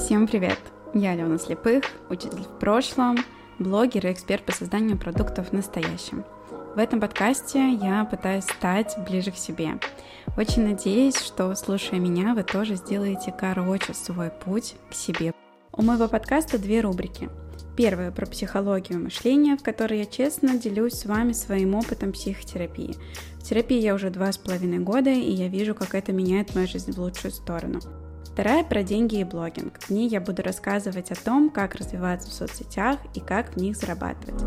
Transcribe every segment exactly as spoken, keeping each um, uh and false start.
Всем привет! Я Алена Слепых, учитель в прошлом, блогер и эксперт по созданию продуктов в настоящем. В этом подкасте я пытаюсь стать ближе к себе. Очень надеюсь, что, слушая меня, вы тоже сделаете короче свой путь к себе. У моего подкаста две рубрики. Первая про психологию мышления, в которой я честно делюсь с вами своим опытом психотерапии. В терапии я уже два с половиной года, и я вижу, как это меняет мою жизнь в лучшую сторону. Вторая про деньги и блогинг. В ней я буду рассказывать о том, как развиваться в соцсетях и как в них зарабатывать.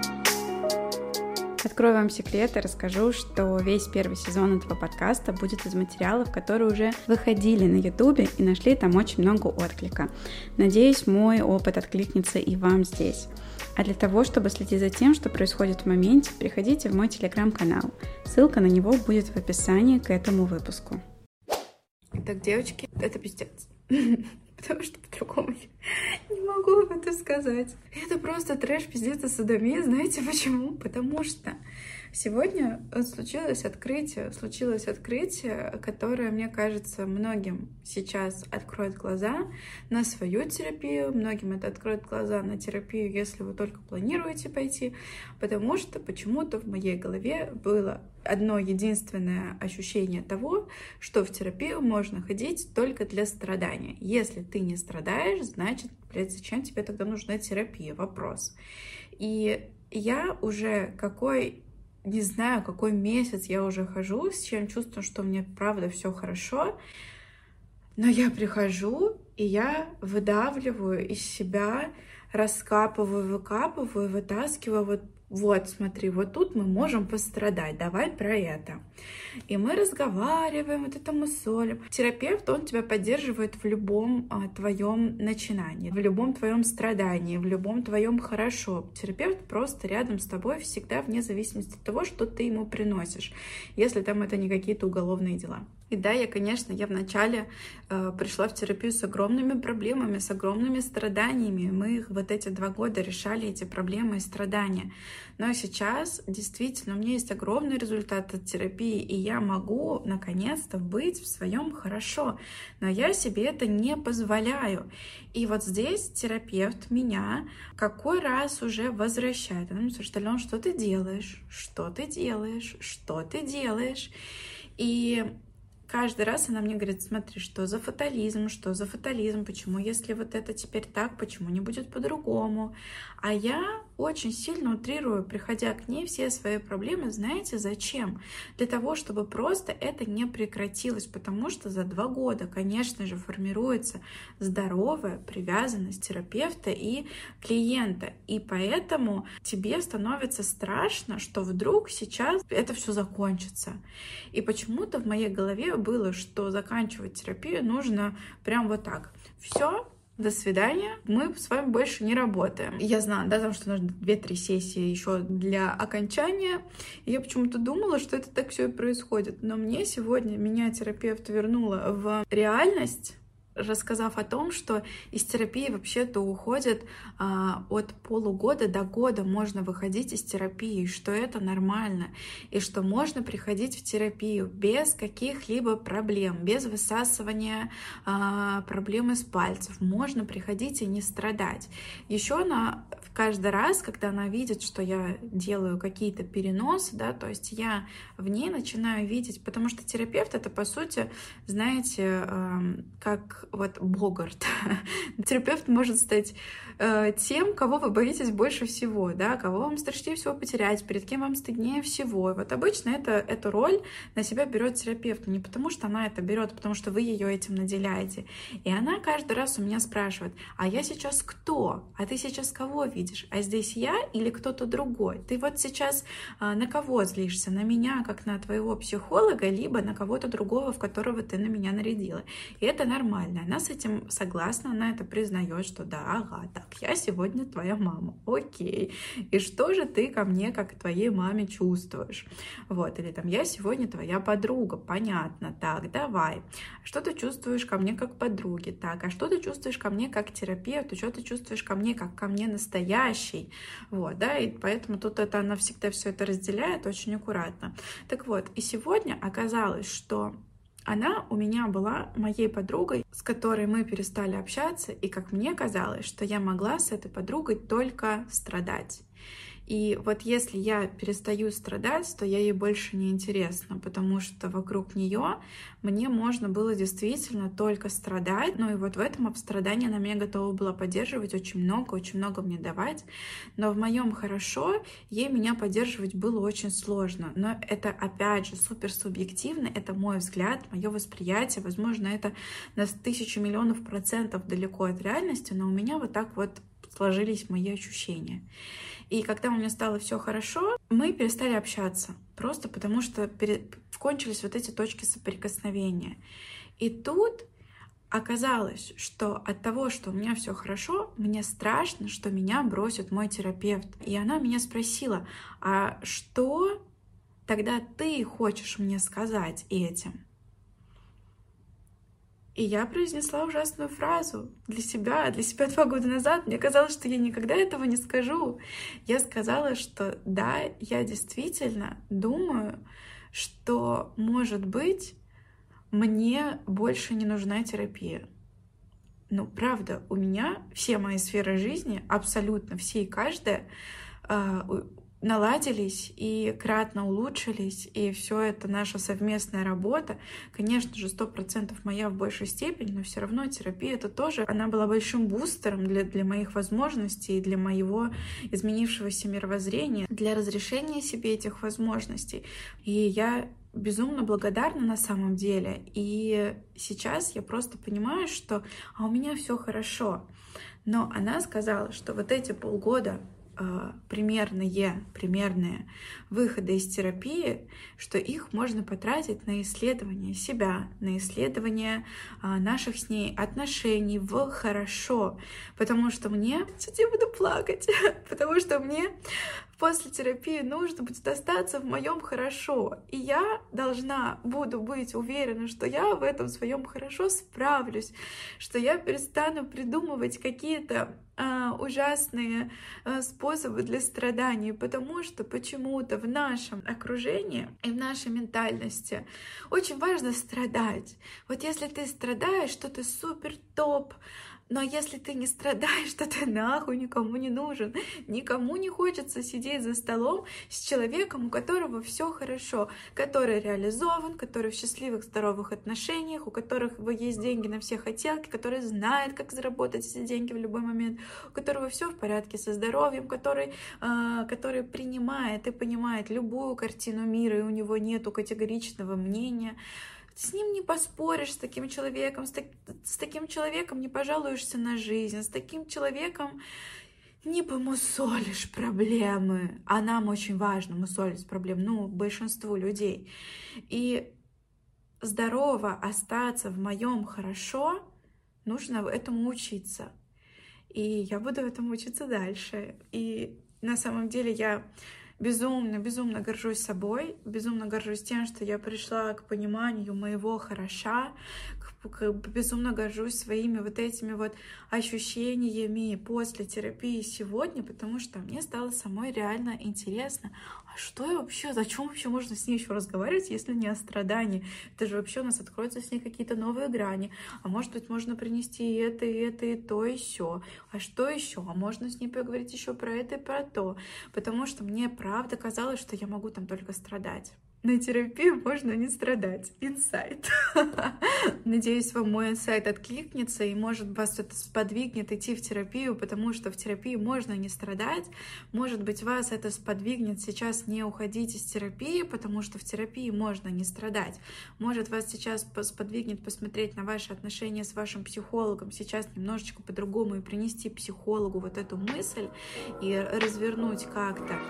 Открою вам секрет и расскажу, что весь первый сезон этого подкаста будет из материалов, которые уже выходили на ютубе и нашли там очень много отклика. Надеюсь, мой опыт откликнется и вам здесь. А для того, чтобы следить за тем, что происходит в моменте, приходите в мой телеграм-канал. Ссылка на него будет в описании к этому выпуску. Итак, девочки, это пиздец. Потому что по-другому я не могу об этом сказать. Это просто трэш, пиздец и содомия. Знаете почему? Потому что сегодня случилось открытие, случилось открытие, которое, мне кажется, многим сейчас откроет глаза на свою терапию, многим это откроет глаза на терапию, если вы только планируете пойти, потому что почему-то в моей голове было одно единственное ощущение того, что в терапию можно ходить только для страдания. Если ты не страдаешь, значит, блядь, зачем тебе тогда нужна терапия? Вопрос. И я уже какой... Не знаю, какой месяц я уже хожу, с чем чувствую, что мне правда все хорошо, но я прихожу, и я выдавливаю из себя, раскапываю, выкапываю, вытаскиваю, вот, вот, смотри, вот тут мы можем пострадать, давай про это. И мы разговариваем, вот это мы солим. Терапевт, он тебя поддерживает в любом а, твоем начинании, в любом твоем страдании, в любом твоем хорошо. Терапевт просто рядом с тобой всегда, вне зависимости от того, что ты ему приносишь, если там это не какие-то уголовные дела. И да, я, конечно, я вначале э, пришла в терапию с огромными проблемами, с огромными страданиями. Мы их вот эти два года решали, эти проблемы и страдания. Но сейчас действительно у меня есть огромный результат от терапии, и я могу наконец-то быть в своем хорошо. Но я себе это не позволяю. И вот здесь терапевт меня какой раз уже возвращает. Она мне спрашивает: Алена, что ты делаешь? Что ты делаешь? Что ты делаешь? И каждый раз она мне говорит: смотри, что за фатализм, что за фатализм, почему, если вот это теперь так, почему не будет по-другому? А я очень сильно утрирую, приходя к ней, все свои проблемы. Знаете, зачем? Для того, чтобы просто это не прекратилось, потому что за два года, конечно же, формируется здоровая привязанность терапевта и клиента. И поэтому тебе становится страшно, что вдруг сейчас это все закончится. И почему-то в моей голове было, что заканчивать терапию нужно прям вот так. Все, до свидания, мы с вами больше не работаем. Я знаю, да, там, что нужно две-три сессии еще для окончания. И я почему-то думала, что это так все и происходит. Но мне сегодня, меня терапевт вернула в реальность, рассказав о том, что из терапии вообще-то уходит а, от полугода до года можно выходить из терапии, что это нормально, и что можно приходить в терапию без каких-либо проблем, без высасывания а, проблемы с пальцев. Можно приходить и не страдать. Еще она каждый раз, когда она видит, что я делаю какие-то переносы, да, то есть я в ней начинаю видеть, потому что терапевт — это, по сути, знаете, а, как вот Богарт. Терапевт может стать э, тем, кого вы боитесь больше всего, да, кого вам страшнее всего потерять, перед кем вам стыднее всего. И вот обычно это, эту роль на себя берет терапевт. Не потому, что она это берет, а потому что вы ее этим наделяете. И она каждый раз у меня спрашивает: а я сейчас кто? А ты сейчас кого видишь? А здесь я или кто-то другой? Ты вот сейчас э, на кого злишься? На меня, как на твоего психолога, либо на кого-то другого, в которого ты на меня нарядила. И это нормально. Она с этим согласна, она это признает, что да, ага, так, я сегодня твоя мама, окей. И что же ты ко мне, как к твоей маме, чувствуешь? Вот, или там, я сегодня твоя подруга, понятно, так, давай. Что ты чувствуешь ко мне как подруге? Так, а что ты чувствуешь ко мне как терапевту? Что ты чувствуешь ко мне как ко мне настоящей? Вот, да, и поэтому тут это она всегда все это разделяет очень аккуратно. Так вот, и сегодня оказалось, что Она у меня была моей подругой, с которой мы перестали общаться, и как мне казалось, что я могла с этой подругой только страдать. И вот если я перестаю страдать, то я ей больше не интересна, потому что вокруг нее мне можно было действительно только страдать. Ну и вот в этом страдании она меня готова была поддерживать очень много, очень много мне давать. Но в моем хорошо ей меня поддерживать было очень сложно. Но это, опять же, супер субъективно, это мой взгляд, мое восприятие. Возможно, это на тысячу миллионов процентов далеко от реальности, но у меня вот так вот сложились мои ощущения. И когда у меня стало все хорошо, мы перестали общаться, просто потому что пере... кончились вот эти точки соприкосновения. И тут оказалось, что от того, что у меня все хорошо, мне страшно, что меня бросит мой терапевт. И она меня спросила: а что тогда ты хочешь мне сказать этим? И я произнесла ужасную фразу для себя, для себя два года назад. Мне казалось, что я никогда этого не скажу. Я сказала, что да, я действительно думаю, что, может быть, мне больше не нужна терапия. Ну, правда, у меня все мои сферы жизни, абсолютно все и каждая, наладились и кратно улучшились, и все это наша совместная работа. Конечно же, сто процентов моя в большей степени, но все равно терапия это тоже, она была большим бустером для, для моих возможностей, для моего изменившегося мировоззрения, для разрешения себе этих возможностей. И я безумно благодарна на самом деле. И сейчас я просто понимаю, что а у меня все хорошо. Но она сказала, что вот эти полгода примерные, примерные выходы из терапии, что их можно потратить на исследование себя, на исследование наших с ней отношений в хорошо, потому что мне... Сейчас я буду плакать, потому что мне после терапии нужно будет остаться в моем хорошо, и я должна буду быть уверена, что я в этом своем хорошо справлюсь, что я перестану придумывать какие-то а, ужасные а, способы для страданий, потому что почему-то в нашем окружении и в нашей ментальности очень важно страдать. Вот если ты страдаешь, то ты супер топ. Но если ты не страдаешь, то ты нахуй никому не нужен. Никому не хочется сидеть за столом с человеком, у которого все хорошо, который реализован, который в счастливых, здоровых отношениях, у которых есть деньги на все хотелки, который знает, как заработать эти деньги в любой момент, у которого все в порядке со здоровьем, который, э, который принимает и понимает любую картину мира, и у него нету категоричного мнения. С ним не поспоришь, с таким человеком, с, так, с таким человеком не пожалуешься на жизнь, с таким человеком не помусолишь проблемы. А нам очень важно мусолить проблемы, ну, большинству людей. И здорово остаться в моем хорошо, нужно этому учиться. И я буду этому учиться дальше. И на самом деле я... Безумно, безумно горжусь собой, безумно горжусь тем, что я пришла к пониманию моего хороша, к, к, безумно горжусь своими вот этими вот ощущениями после терапии сегодня, потому что мне стало самой реально интересно, а что я вообще, зачем вообще можно с ней еще разговаривать, если не о страдании? Это же вообще у нас откроются с ней какие-то новые грани, а может быть можно принести и это, и это, и то, и сё. А что еще? А можно с ней поговорить еще про это и про то, потому что мне правда казалось, что я могу там только страдать. На терапию можно не страдать. Инсайт. Надеюсь, вам мой инсайт откликнется, и, может, вас это сподвигнет идти в терапию, потому что в терапии можно не страдать. Может быть, вас это сподвигнет сейчас не уходить из терапии, потому что в терапии можно не страдать. Может, вас сейчас сподвигнет посмотреть на ваши отношения с вашим психологом сейчас немножечко по-другому и принести психологу вот эту мысль и развернуть как-то.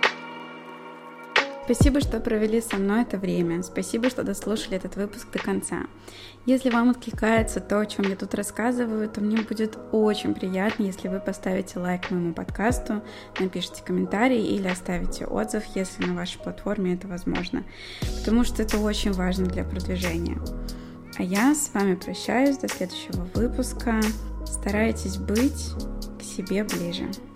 Спасибо, что провели со мной это время. Спасибо, что дослушали этот выпуск до конца. Если вам откликается то, о чем я тут рассказываю, то мне будет очень приятно, если вы поставите лайк моему подкасту, напишите комментарий или оставите отзыв, если на вашей платформе это возможно, потому что это очень важно для продвижения. А я с вами прощаюсь до следующего выпуска. Старайтесь быть к себе ближе.